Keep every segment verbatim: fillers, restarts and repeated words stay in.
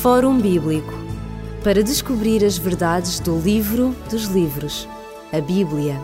Fórum Bíblico, para descobrir as verdades do livro dos livros, a Bíblia.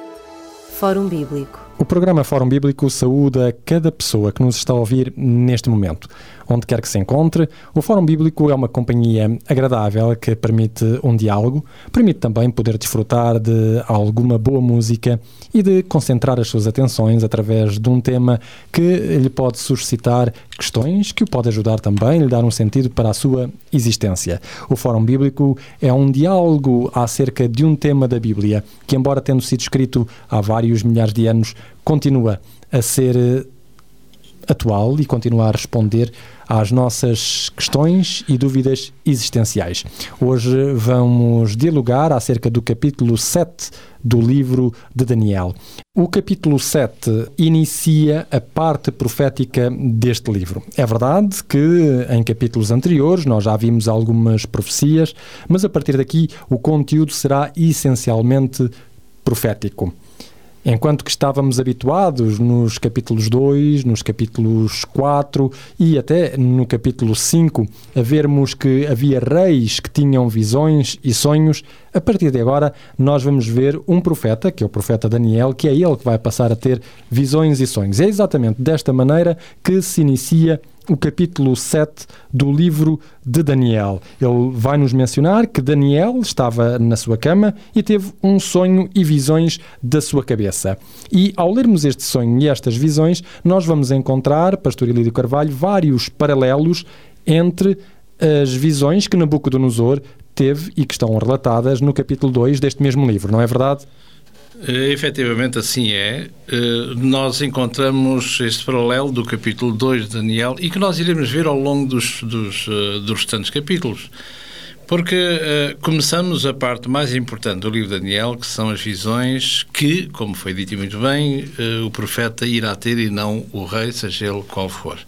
Fórum Bíblico. O programa Fórum Bíblico saúda cada pessoa que nos está a ouvir neste momento. Onde quer que se encontre, o Fórum Bíblico é uma companhia agradável que permite um diálogo, permite também poder desfrutar de alguma boa música e de concentrar as suas atenções através de um tema que lhe pode suscitar questões, que o pode ajudar também a lhe dar um sentido para a sua existência. O Fórum Bíblico é um diálogo acerca de um tema da Bíblia que, embora tendo sido escrito há vários milhares de anos, continua a ser atual e continua a responder às nossas questões e dúvidas existenciais. Hoje vamos dialogar acerca do capítulo sete do livro de Daniel. O capítulo sete inicia a parte profética deste livro. É verdade que em capítulos anteriores nós já vimos algumas profecias, mas a partir daqui o conteúdo será essencialmente profético. Enquanto que estávamos habituados nos capítulos dois, nos capítulos quatro e até no capítulo cinco a vermos que havia reis que tinham visões e sonhos, a partir de agora nós vamos ver um profeta, que é o profeta Daniel, que é ele que vai passar a ter visões e sonhos. É exatamente desta maneira que se inicia o capítulo sete do livro de Daniel. Ele vai nos mencionar que Daniel estava na sua cama e teve um sonho e visões da sua cabeça. E ao lermos este sonho e estas visões, nós vamos encontrar, Pastor Ilídio Carvalho, vários paralelos entre as visões que Nabucodonosor teve e que estão relatadas no capítulo dois deste mesmo livro, não é verdade? Uh, efetivamente assim é. Uh, nós encontramos este paralelo do capítulo dois de Daniel e que nós iremos ver ao longo dos, dos, uh, dos restantes capítulos. Porque uh, começamos a parte mais importante do livro de Daniel, que são as visões que, como foi dito muito bem, uh, o profeta irá ter e não o rei, seja ele qual for.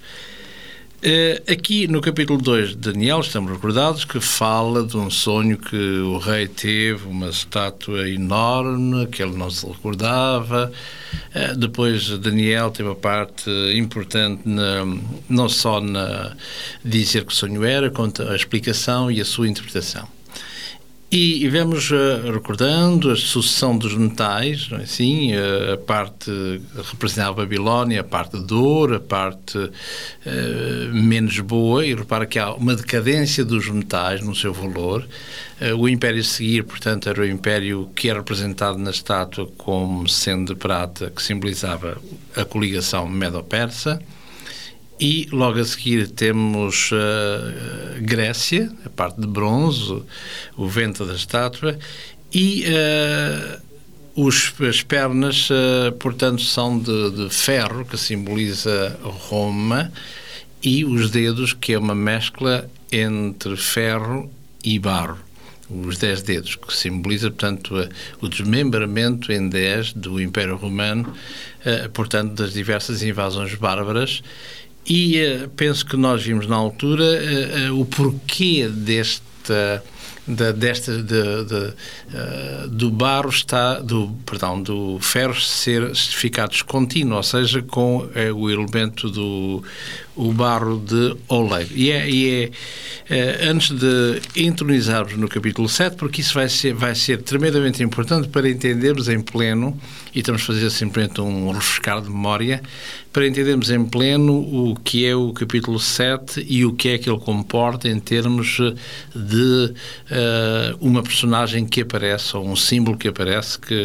Uh, aqui no capítulo dois de Daniel estamos recordados que fala de um sonho que o rei teve, uma estátua enorme que ele não se recordava. Uh, depois Daniel teve a parte importante na, não só na dizer que o sonho era, quanto a explicação e a sua interpretação. E, e vemos uh, recordando a sucessão dos metais, não é assim? Uh, a parte representava a Babilónia, a parte de ouro, a parte uh, menos boa, e repara que há uma decadência dos metais no seu valor. Uh, o império a seguir, portanto, era o império que era representado na estátua como sendo de prata, que simbolizava a coligação medo-persa. E logo a seguir temos uh, Grécia, a parte de bronze, o vento da estátua, e uh, os, as pernas, uh, portanto, são de, de ferro, que simboliza Roma, e os dedos, que é uma mescla entre ferro e barro. Os dez dedos, que simboliza, portanto, o desmembramento em dez do Império Romano, uh, portanto, das diversas invasões bárbaras. E uh, penso que nós vimos na altura uh, uh, o porquê desta, da, desta de, de, uh, do barro está, do, perdão, do ferro ser ficar descontínuo, ou seja, com uh, o elemento do o barro de oleiro. E é, e é uh, antes de entronizarmos no capítulo sete, porque isso vai ser, vai ser tremendamente importante para entendermos em pleno, e estamos a fazer simplesmente um refrescar de memória, para entendermos em pleno o que é o capítulo sete e o que é que ele comporta em termos de uh, uma personagem que aparece, ou um símbolo que aparece, que,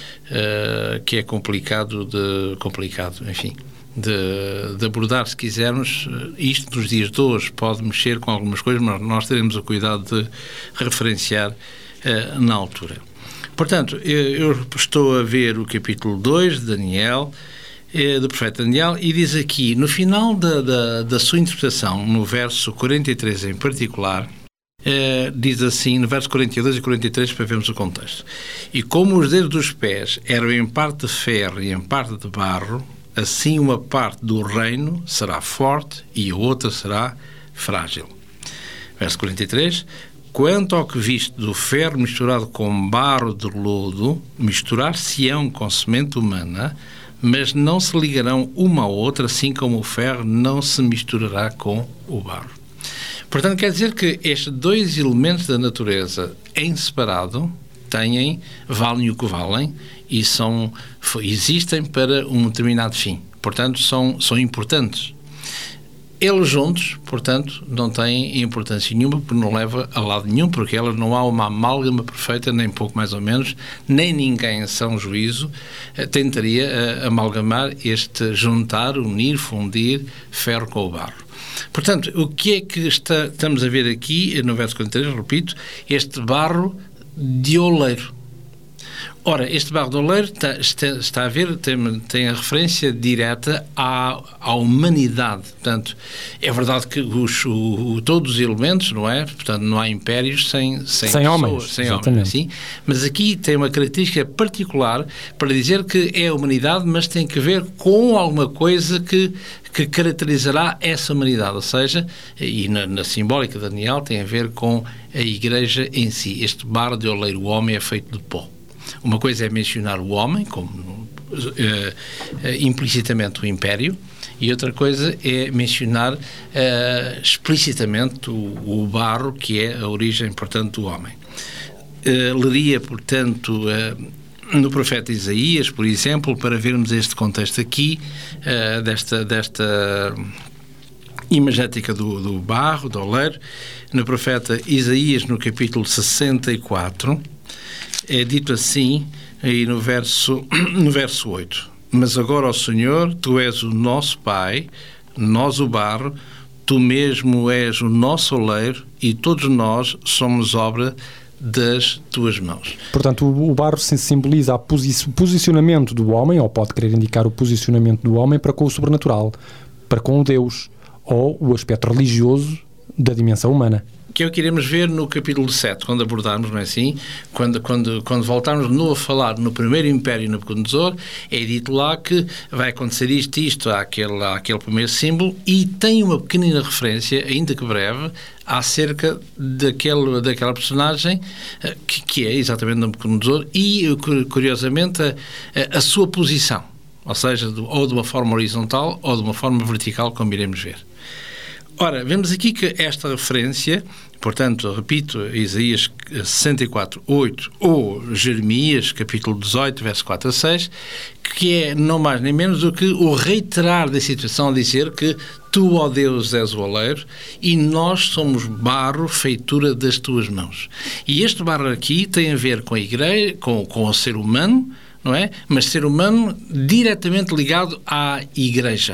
uh, que é complicado de... complicado, enfim... De, de abordar, se quisermos. Isto nos dias de hoje pode mexer com algumas coisas, mas nós teremos o cuidado de referenciar uh, na altura. Portanto, eu, eu estou a ver o capítulo dois de Daniel, uh, do profeta Daniel, e diz aqui, no final da, da, da sua interpretação, no verso quarenta e três em particular, uh, diz assim, no verso quarenta e dois e quarenta e três, para vermos o contexto: e como os dedos dos pés eram em parte de ferro e em parte de barro, assim uma parte do reino será forte e a outra será frágil. Verso quarenta e três. Quanto ao que viste do ferro misturado com barro de lodo, misturar-se-ão com semente humana, mas não se ligarão uma à outra, assim como o ferro não se misturará com o barro. Portanto, quer dizer que estes dois elementos da natureza em separado têm, valem o que valem e são, existem para um determinado fim. Portanto, são, são importantes. Eles juntos, portanto, não têm importância nenhuma, porque não leva a lado nenhum, porque elas não há uma amálgama perfeita, nem pouco mais ou menos, nem ninguém, em são juízo, tentaria uh, amalgamar este, juntar, unir, fundir ferro com o barro. Portanto, o que é que está, estamos a ver aqui, no verso quarenta e três, repito, este barro de oleiro. Ora, este barro de oleiro está, está, está a ver, tem, tem a referência direta à, à humanidade. Portanto, é verdade que os, o, todos os elementos, não é? Portanto, não há impérios sem, sem, sem pessoas, homens. Sem homens, sim. Mas aqui tem uma característica particular para dizer que é a humanidade, mas tem que ver com alguma coisa que, que caracterizará essa humanidade. Ou seja, e na, na simbólica de Daniel tem a ver com a Igreja em si. Este barro de oleiro, o homem é feito de pó. Uma coisa é mencionar o homem, como uh, uh, implicitamente o império, e outra coisa é mencionar uh, explicitamente o, o barro, que é a origem, portanto, do homem. Uh, leria, portanto, uh, no profeta Isaías, por exemplo, para vermos este contexto aqui, uh, desta, desta imagética do, do barro, do oleiro, no profeta Isaías, no capítulo sessenta e quatro, é dito assim, aí no verso, no verso oito. Mas agora, ó Senhor, Tu és o nosso Pai, nós o barro, Tu mesmo és o nosso oleiro e todos nós somos obra das Tuas mãos. Portanto, o barro simboliza o posi- posicionamento do homem, ou pode querer indicar o posicionamento do homem para com o sobrenatural, para com o Deus, ou o aspecto religioso da dimensão humana. Que é o que iremos ver no capítulo sete, quando abordarmos, não é assim? Quando, quando, quando voltarmos de novo a falar no primeiro império Nabucodonosor, é dito lá que vai acontecer isto e isto àquele, àquele primeiro símbolo, e tem uma pequenina referência, ainda que breve, acerca daquele, daquela personagem que, que é exatamente Nabucodonosor e, curiosamente, a, a sua posição, ou seja, ou de uma forma horizontal ou de uma forma vertical, como iremos ver. Ora, vemos aqui que esta referência, portanto, repito, Isaías sessenta e quatro, oito, ou Jeremias, capítulo dezoito, verso quatro a seis, que é não mais nem menos do que o reiterar da situação, a dizer que Tu, ó Deus, és o oleiro e nós somos barro, feitura das Tuas mãos. E este barro aqui tem a ver com a igreja, com, com o ser humano, não é? Mas ser humano diretamente ligado à igreja.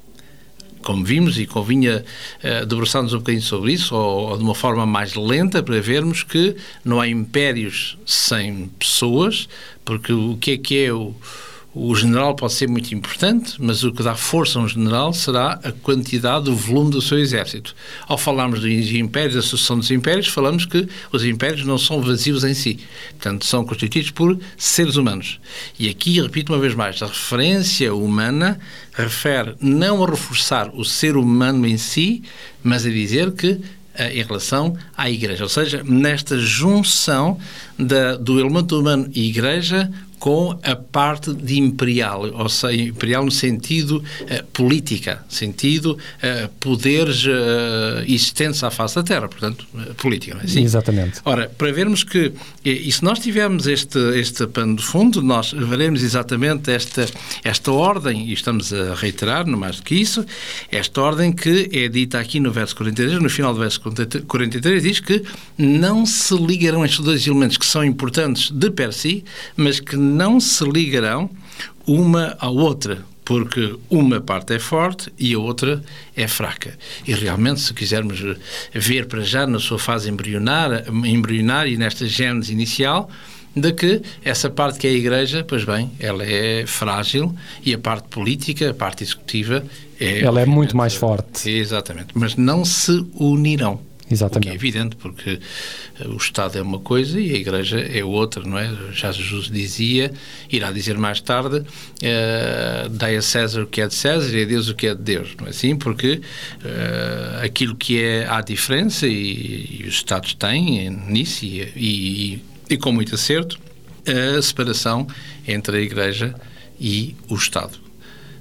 Como vimos, e convinha uh, debruçar-nos um bocadinho sobre isso, ou, ou de uma forma mais lenta, para vermos que não há impérios sem pessoas, porque o que é que é o... O general pode ser muito importante, mas o que dá força a um general será a quantidade, o volume do seu exército. Ao falarmos dos impérios, da sucessão dos impérios, falamos que os impérios não são vazios em si. Portanto, são constituídos por seres humanos. E aqui, repito uma vez mais, a referência humana refere não a reforçar o ser humano em si, mas a dizer que em relação à Igreja. Ou seja, nesta junção da, do elemento humano e Igreja com a parte de imperial, ou seja, imperial no sentido uh, política, sentido uh, poderes uh, existentes à face da Terra, portanto, uh, política, não é assim? Exatamente. Ora, para vermos que, e se nós tivermos este, este pano de fundo, nós veremos exatamente esta, esta ordem, e estamos a reiterar, não mais do que isso, esta ordem que é dita aqui no verso quarenta e três, no final do verso quarenta e três, diz que não se ligarão estes dois elementos que são importantes de per si, mas que não se ligarão uma à outra, porque uma parte é forte e a outra é fraca. E realmente, se quisermos ver para já na sua fase embrionária, embrionária e nesta gênese inicial, de que essa parte que é a Igreja, pois bem, ela é frágil e a parte política, a parte executiva, é... Ela é muito mais forte. Exatamente, mas não se unirão. Exatamente. O que é evidente, porque o Estado é uma coisa e a Igreja é outra, não é? Já Jesus dizia, irá dizer mais tarde, uh, dai a César o que é de César e a Deus o que é de Deus, não é assim? Porque uh, aquilo que é, há diferença, e, e os Estados têm nisso, e, e, e com muito acerto, a separação entre a Igreja e o Estado.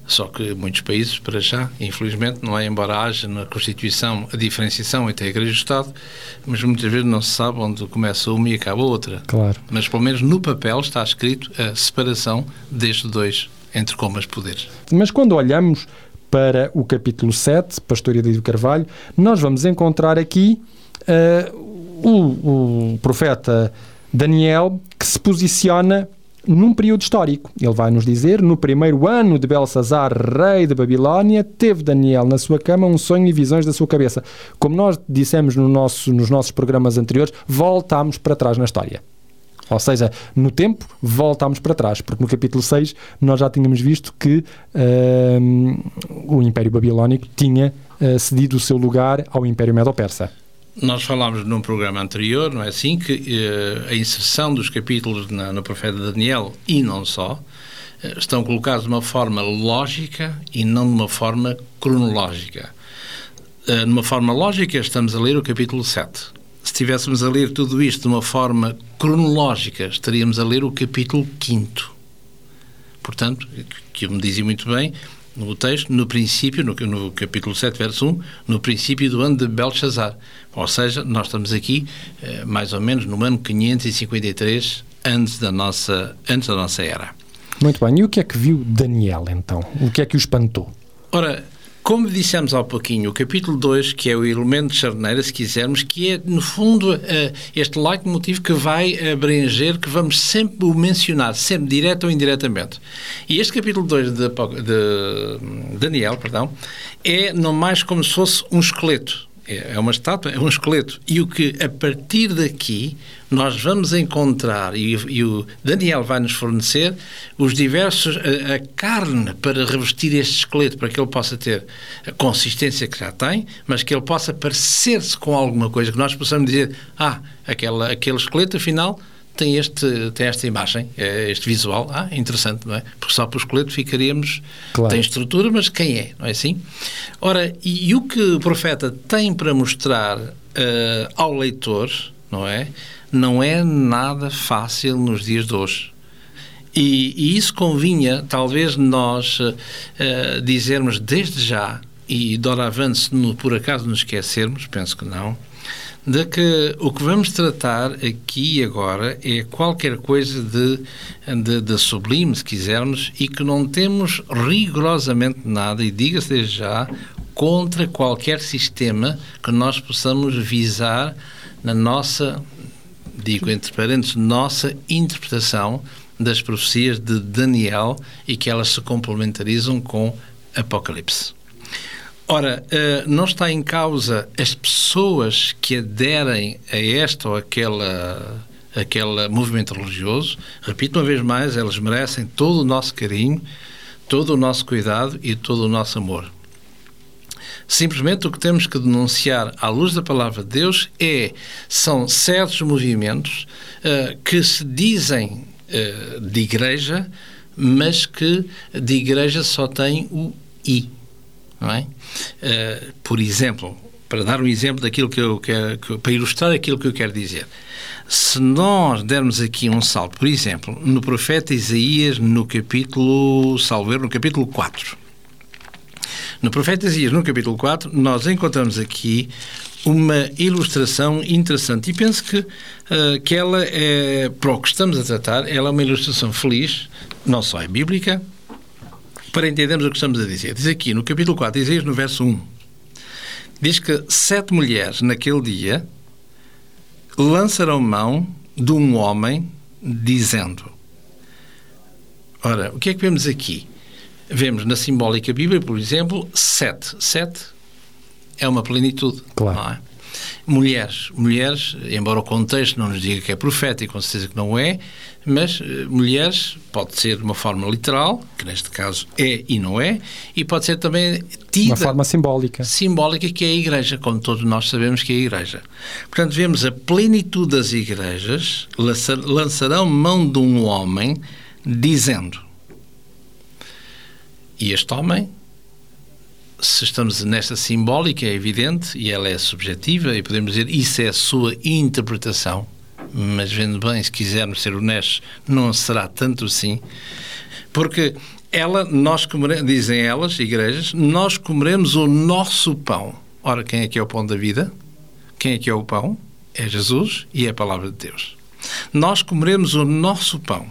Só que muitos países, para já, infelizmente, não é, embora haja na Constituição a diferenciação entre a Igreja e o Estado, mas muitas vezes não se sabe onde começa uma e acaba a outra. Claro. Mas, pelo menos no papel, está escrito a separação destes dois, entre comas, poderes. Mas quando olhamos para o capítulo sete, Pastor Edílio Carvalho, nós vamos encontrar aqui uh, o, o profeta Daniel, que se posiciona num período histórico. Ele vai nos dizer: no primeiro ano de Belsazar, rei de Babilónia, teve Daniel na sua cama um sonho e visões da sua cabeça. Como nós dissemos no nosso, nos nossos programas anteriores, voltámos para trás na história. Ou seja, no tempo, voltámos para trás, porque no capítulo seis nós já tínhamos visto que uh, o Império Babilónico tinha uh, cedido o seu lugar ao Império Medo-Persa. Nós falámos num programa anterior, não é assim, que eh, a inserção dos capítulos na, no profeta Daniel, e não só, eh, estão colocados de uma forma lógica e não de uma forma cronológica. Eh, numa forma lógica, estamos a ler o capítulo sete. Se estivéssemos a ler tudo isto de uma forma cronológica, estaríamos a ler o capítulo quinto. Portanto, que me dizia muito bem no texto, no princípio, no, no capítulo sete, verso um, no princípio do ano de Belsazar. Ou seja, nós estamos aqui, eh, mais ou menos, no ano quinhentos e cinquenta e três, antes da nossa, antes da nossa era. Muito bem. E o que é que viu Daniel, então? O que é que o espantou? Ora, como dissemos há pouquinho, o capítulo dois, que é o elemento de charneira, se quisermos, que é, no fundo, uh, este leitmotiv que vai abranger, que vamos sempre o mencionar, sempre direto ou indiretamente. E este capítulo dois de, de Daniel, perdão, é não mais como se fosse um esqueleto. É uma estátua, é um esqueleto. E o que, a partir daqui, nós vamos encontrar, e, e o Daniel vai nos fornecer, os diversos, a, a carne para revestir este esqueleto, para que ele possa ter a consistência que já tem, mas que ele possa parecer-se com alguma coisa, que nós possamos dizer, ah, aquela, aquele esqueleto, afinal, tem, este, tem esta imagem, este visual, ah, interessante, não é? Porque só para o esqueleto ficaríamos, claro. Tem estrutura, mas quem é, não é assim? Ora, e, e o que o profeta tem para mostrar uh, ao leitor, não é? Não é nada fácil nos dias de hoje. E, e isso convinha, talvez, nós uh, uh, dizermos desde já, e doravante, se no, por acaso nos esquecermos, penso que não, de que o que vamos tratar aqui e agora é qualquer coisa de, de, de sublime, se quisermos, e que não temos rigorosamente nada, e diga-se desde já, contra qualquer sistema que nós possamos visar na nossa, digo entre parênteses, nossa interpretação das profecias de Daniel e que elas se complementarizam com Apocalipse. Ora, não está em causa as pessoas que aderem a esta ou aquela, aquele movimento religioso. Repito uma vez mais, elas merecem todo o nosso carinho, todo o nosso cuidado e todo o nosso amor. Simplesmente o que temos que denunciar à luz da palavra de Deus é, são certos movimentos uh, que se dizem uh, de igreja, mas que de igreja só tem o I. Não é? Uh, por exemplo, para dar um exemplo daquilo que eu quero, que, para ilustrar aquilo que eu quero dizer, se nós dermos aqui um salto, por exemplo, no profeta Isaías, no capítulo, salvo erro, no capítulo quatro. No profeta Isaías, no capítulo quatro, nós encontramos aqui uma ilustração interessante e penso que, uh, que ela é, para o que estamos a tratar, ela é uma ilustração feliz, não só é bíblica, para entendermos o que estamos a dizer. Diz aqui, no capítulo quatro, Isaías, no verso um, diz que sete mulheres, naquele dia, lançarão mão de um homem, dizendo... Ora, o que é que vemos aqui? Vemos na simbólica Bíblia, por exemplo, sete. Sete é uma plenitude. Claro. Não é? Mulheres. Mulheres, embora o contexto não nos diga que é profético, com certeza que não é, mas uh, mulheres pode ser de uma forma literal, que neste caso é e não é, e pode ser também tida... Uma forma simbólica. Simbólica, que é a Igreja, como todos nós sabemos que é a Igreja. Portanto, vemos a plenitude das igrejas, lançarão mão de um homem, dizendo... E este homem, se estamos nesta simbólica, é evidente, e ela é subjetiva, e podemos dizer, isso é a sua interpretação, mas vendo bem, se quisermos ser honestos, não será tanto assim, porque ela, nós comeremos, dizem elas, igrejas, nós comeremos o nosso pão. Ora, quem é que é o pão da vida? Quem é que é o pão? É Jesus e é a palavra de Deus. Nós comeremos o nosso pão.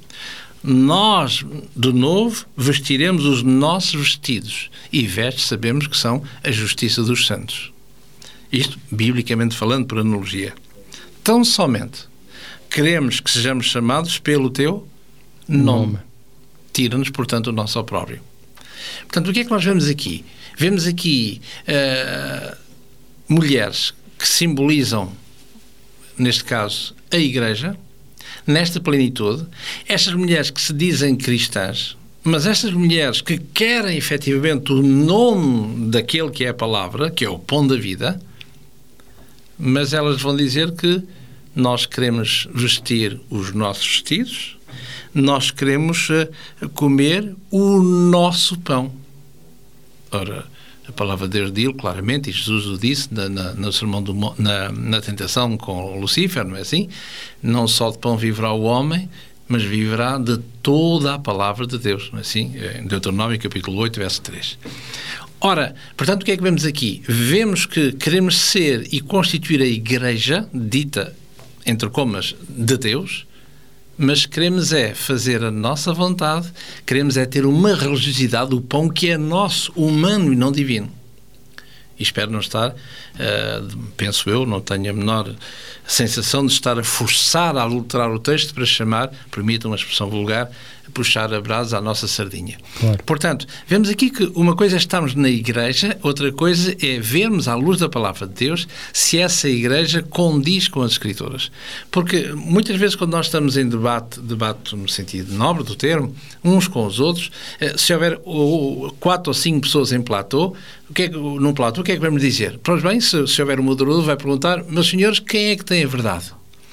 Nós, de novo, vestiremos os nossos vestidos. E vestes sabemos que são a justiça dos santos. Isto, biblicamente falando, por analogia. Tão somente queremos que sejamos chamados pelo teu nome. nome. Tira-nos, portanto, o nosso opróbrio. Portanto, o que é que nós vemos aqui? Vemos aqui uh, mulheres que simbolizam, neste caso, a Igreja, nesta plenitude. Estas mulheres que se dizem cristãs, mas estas mulheres que querem, efetivamente, o nome daquele que é a palavra, que é o pão da vida, mas elas vão dizer que nós queremos vestir os nossos vestidos, nós queremos uh, comer o nosso pão. Ora, a palavra de Deus diz claramente, e Jesus o disse na, na, no sermão do, na, na tentação com Lucífer, não é assim? Não só de pão viverá o homem, mas viverá de toda a palavra de Deus, não é assim? Em Deuteronômio capítulo oito, verso três. Ora, portanto, o que é que vemos aqui? Vemos que queremos ser e constituir a Igreja, dita, entre comas, de Deus, mas queremos é fazer a nossa vontade, queremos é ter uma religiosidade, o pão que é nosso, humano e não divino. E espero não estar, uh, penso eu, não tenho a menor sensação de estar a forçar a alterar o texto para chamar, permitam uma expressão vulgar, puxar a brasa à nossa sardinha. Claro. Portanto, vemos aqui que uma coisa é estarmos na Igreja, outra coisa é vermos à luz da palavra de Deus se essa Igreja condiz com as Escrituras. Porque muitas vezes quando nós estamos em debate, debate no sentido nobre do termo, uns com os outros, se houver quatro ou cinco pessoas em platô, o que é que, num platô, o que é que vamos dizer? Pois bem, se, se houver um moderador, vai perguntar, meus senhores, quem é que tem a verdade?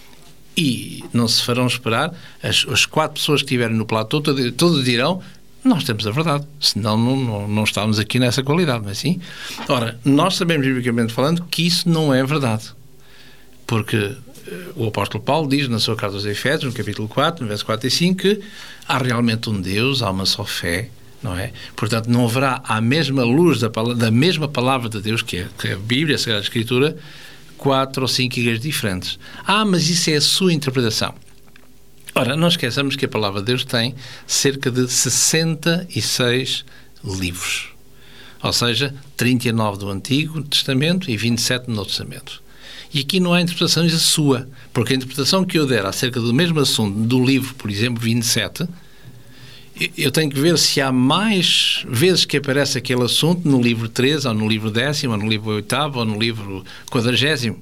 E não se farão esperar, as, as quatro pessoas que estiverem no platô, todos, todos dirão, nós temos a verdade, senão não, não, não estamos aqui nessa qualidade, não é assim? Ora, nós sabemos, biblicamente falando, que isso não é verdade. Porque uh, o apóstolo Paulo diz na sua carta aos Efésios, no capítulo quatro, no verso quatro e cinco, que há realmente um Deus, há uma só fé, não é? Portanto, não haverá a mesma luz da, da mesma palavra de Deus, que é, que é a Bíblia, a Sagrada Escritura, quatro ou cinco igrejas diferentes. Ah, mas isso é a sua interpretação. Ora, não esqueçamos que a palavra de Deus tem cerca de sessenta e seis livros. Ou seja, trinta e nove do Antigo Testamento e vinte e sete do Novo Testamento. E aqui não há interpretações a sua, porque a interpretação que eu der acerca do mesmo assunto do livro, por exemplo, vinte e sete, eu tenho que ver se há mais vezes que aparece aquele assunto no livro treze, ou no livro décimo, ou no livro oitavo, ou no livro quadragésimo.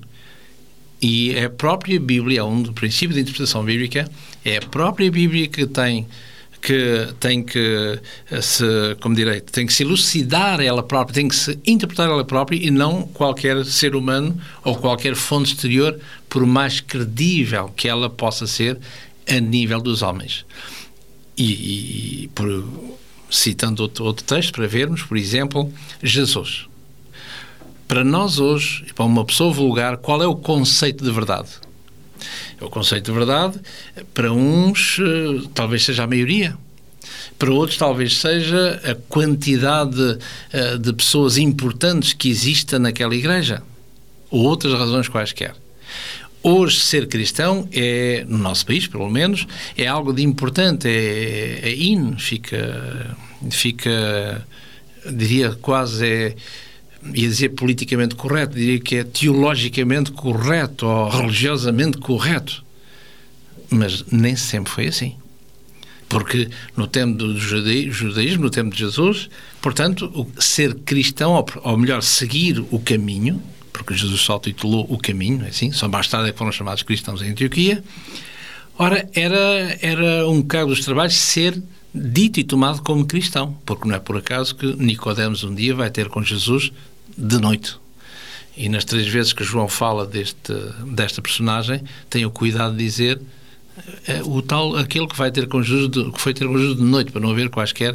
E é a própria Bíblia, um do princípio da interpretação bíblica, é a própria Bíblia que tem que, tem que se, como direi, tem que se elucidar ela própria, tem que se interpretar ela própria e não qualquer ser humano ou qualquer fonte exterior, por mais credível que ela possa ser a nível dos homens. E, e por, citando outro, outro texto para vermos, por exemplo, Jesus. Para nós hoje, para uma pessoa vulgar, qual é o conceito de verdade? O conceito de verdade, para uns, talvez seja a maioria. Para outros, talvez seja a quantidade de, de pessoas importantes que exista naquela igreja. Ou outras razões quaisquer. Hoje, ser cristão é, no nosso país, pelo menos, é algo de importante, é, é in, fica, fica, diria quase, é, ia dizer politicamente correto, diria que é teologicamente correto ou religiosamente correto. Mas nem sempre foi assim. Porque no tempo do judaísmo, no tempo de Jesus, portanto, o ser cristão, ou, ou melhor, seguir o caminho, porque Jesus só titulou o caminho, assim, só mais tarde é que foram chamados cristãos em Antioquia. Ora, era, era um cargo dos trabalhos ser dito e tomado como cristão, porque não é por acaso que Nicodemos um dia vai ter com Jesus de noite. E nas três vezes que João fala deste, desta personagem, tem o cuidado de dizer é, o tal, aquele que vai ter com Jesus de, que foi ter com Jesus de noite, para não haver quaisquer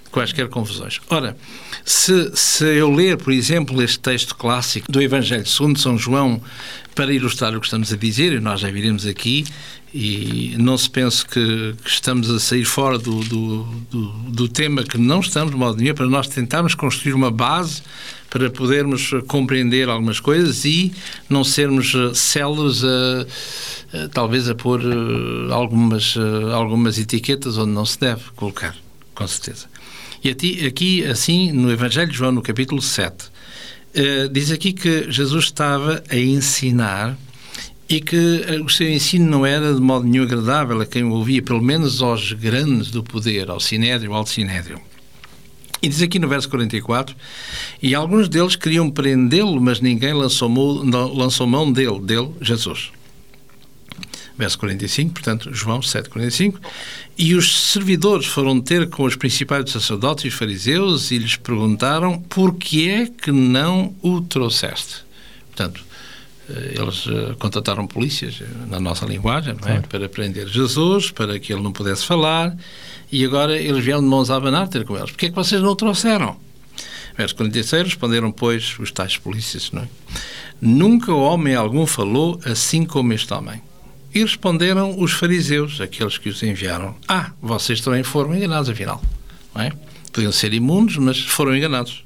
quaisquer confusões. Ora, se, se eu ler, por exemplo, este texto clássico do Evangelho segundo São João para ilustrar o que estamos a dizer, e nós já viremos aqui, e não se pense que, que estamos a sair fora do, do, do, do tema, que não estamos de modo nenhum, para nós tentarmos construir uma base para podermos compreender algumas coisas e não sermos céleres a, a, talvez a pôr algumas, algumas etiquetas onde não se deve colocar, com certeza. E aqui, aqui assim, no Evangelho de João, no capítulo sete, uh, diz aqui que Jesus estava a ensinar e que o seu ensino não era de modo nenhum agradável a quem o ouvia, pelo menos aos grandes do poder, ao Sinédrio, ao Alto Sinédrio. E diz aqui no verso quarenta e quatro, e alguns deles queriam prendê-lo, mas ninguém lançou mão, lançou mão dele, dele, Jesus. Verso quarenta e cinco, portanto, João sete, quarenta e cinco. E os servidores foram ter com os principais sacerdotes e fariseus e lhes perguntaram: por que é que não o trouxeste? Portanto, eles contataram polícias, na nossa linguagem, não é? Claro. Para prender Jesus, para que ele não pudesse falar, e agora eles vieram de mãos a abanar ter com eles. Por que é que vocês não o trouxeram? Verso quarenta e seis, responderam, pois, os tais polícias, não é? Nunca homem algum falou assim como este homem. E responderam os fariseus, aqueles que os enviaram: ah, vocês também foram enganados, afinal. Não é? Podiam ser imundos, mas foram enganados.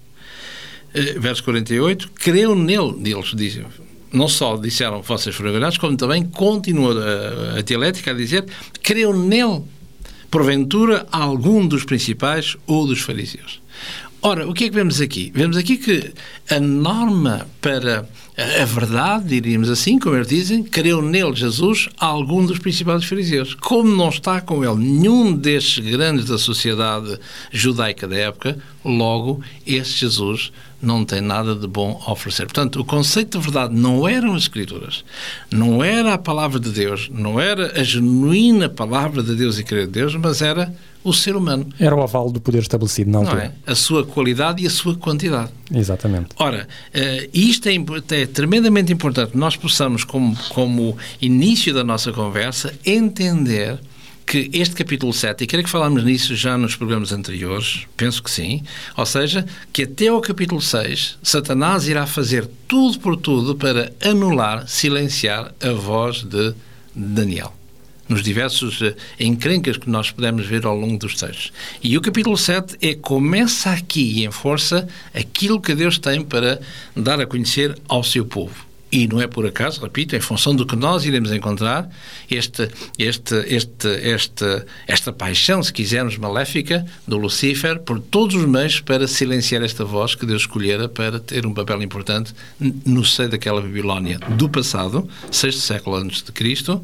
Uh, verso quarenta e oito, creu nele, eles dizem. Não só disseram que vocês foram enganados, como também continuou a, a dialética a dizer: creu nele, porventura, algum dos principais ou dos fariseus. Ora, o que é que vemos aqui? Vemos aqui que a norma para a verdade, diríamos assim, como eles dizem, creu nele, Jesus, algum dos principais fariseus. Como não está com ele nenhum destes grandes da sociedade judaica da época, logo, esse Jesus não tem nada de bom a oferecer. Portanto, o conceito de verdade não eram as Escrituras, não era a palavra de Deus, não era a genuína palavra de Deus e crer de Deus, mas era o ser humano. Era o aval do poder estabelecido na altura. Não é? A sua qualidade e a sua quantidade. Exatamente. Ora, uh, isto é, é tremendamente importante que nós possamos, como, como início da nossa conversa, entender que este capítulo sete, e creio que falámos nisso já nos programas anteriores, penso que sim, ou seja, que até ao capítulo seis, Satanás irá fazer tudo por tudo para anular, silenciar a voz de Daniel, nos diversos uh, encrencas que nós podemos ver ao longo dos textos. E o capítulo sete é, começa aqui e em força aquilo que Deus tem para dar a conhecer ao seu povo. E não é por acaso, repito, em função do que nós iremos encontrar, este, este, este, este, esta paixão, se quisermos, maléfica, do Lucifer, por todos os meios para silenciar esta voz que Deus escolhera para ter um papel importante no seio daquela Babilónia do passado, sexto século antes de Cristo,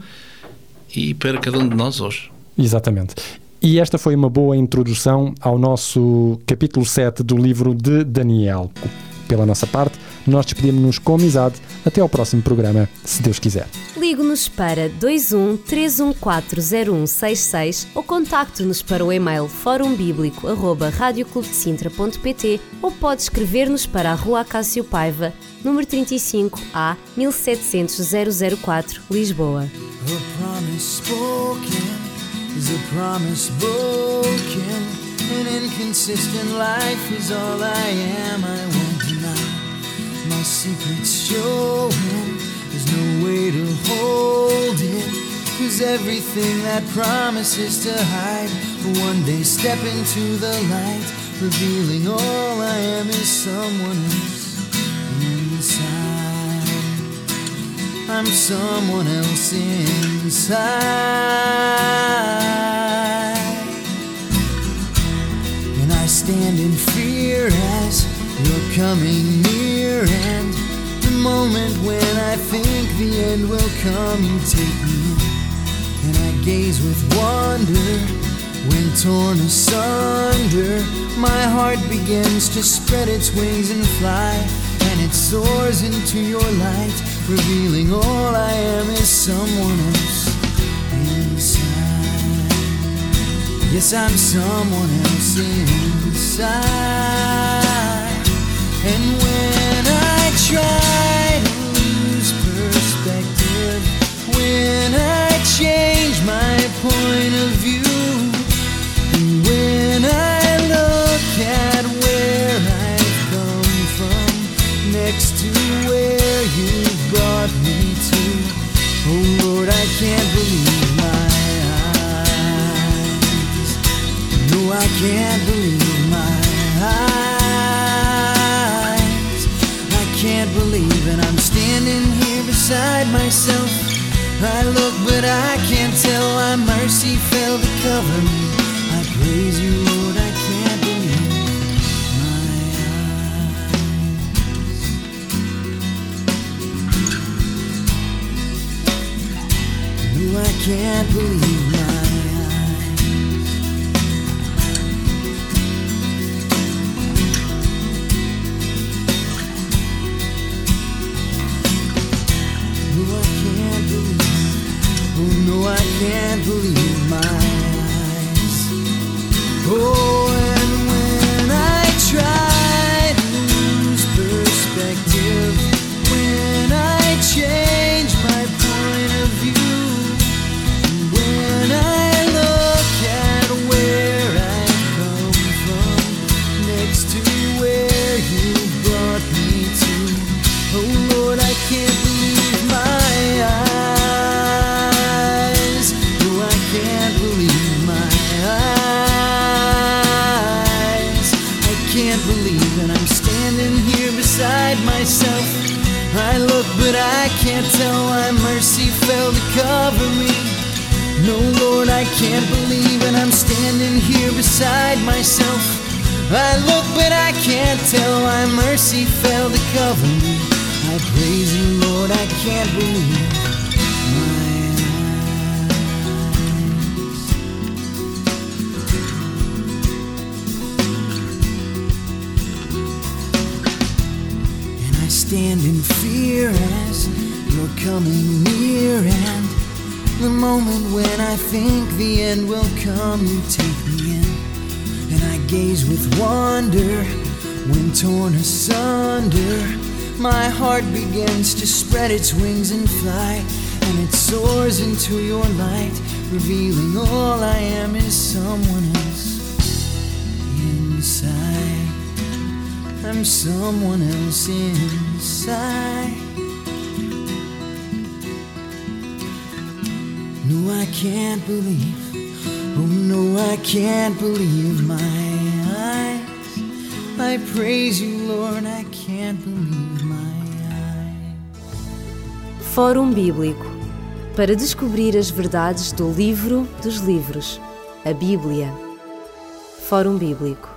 e para cada um de nós hoje. Exatamente. E esta foi uma boa introdução ao nosso capítulo sete do livro de Daniel. Pela nossa parte, nós despedimos-nos com amizade. Até ao próximo programa, se Deus quiser. Ligue-nos para dois um três um quatro zero um seis seis ou contacte-nos para o e-mail fórum bíblico arroba rádio clube de sintra ponto pt ou pode escrever-nos para a Rua Acácio Paiva, número trinta e cinco A, mil e setecentos, zero zero quatro, Lisboa. A promise spoken is a promise broken. An inconsistent life is all I am. I won't deny my secret's showing. There's no way to hold it, 'cause everything that promises to hide will one day step into the light, revealing all I am is someone else inside. I'm someone else inside. And I stand in fear as you're coming near, and the moment when I think the end will come, you take me in, and I gaze with wonder. When torn asunder, my heart begins to spread its wings and fly, and it soars into your light, revealing all I am is someone else inside. Yes, I'm someone else inside. And when I try to lose perspective, when I change my point of view, and when I look beside myself. I look but I can't tell why mercy failed to cover me. I praise you, Lord, I can't believe my eyes. No, I can't believe my eyes. No, I can't believe. Oh no, I can't believe my eyes. Oh, and when I try to lose perspective, when I change my point of view, when I look at where I've come from next to where you brought me to, oh Lord, I can't believe my eyes. No, I can't believe my eyes. I can't believe that I'm standing here beside myself. I look but I can't tell why mercy failed to cover me. No, Lord, I can't believe that I'm standing here beside myself. I look but I can't tell why mercy failed to cover me. I praise you, Lord, I can't believe my eyes. And I stand in fear as you're coming near, and the moment when I think the end will come, you take me in. And I gaze with wonder when torn asunder. My heart begins to spread its wings and fly, and it soars into your light, revealing all I am is someone else inside. I'm someone else inside. No, I can't believe, oh no, I can't believe my eyes. I praise you, Lord, I can't believe my eyes. Fórum Bíblico, para descobrir as verdades do livro dos livros, a Bíblia. Fórum Bíblico.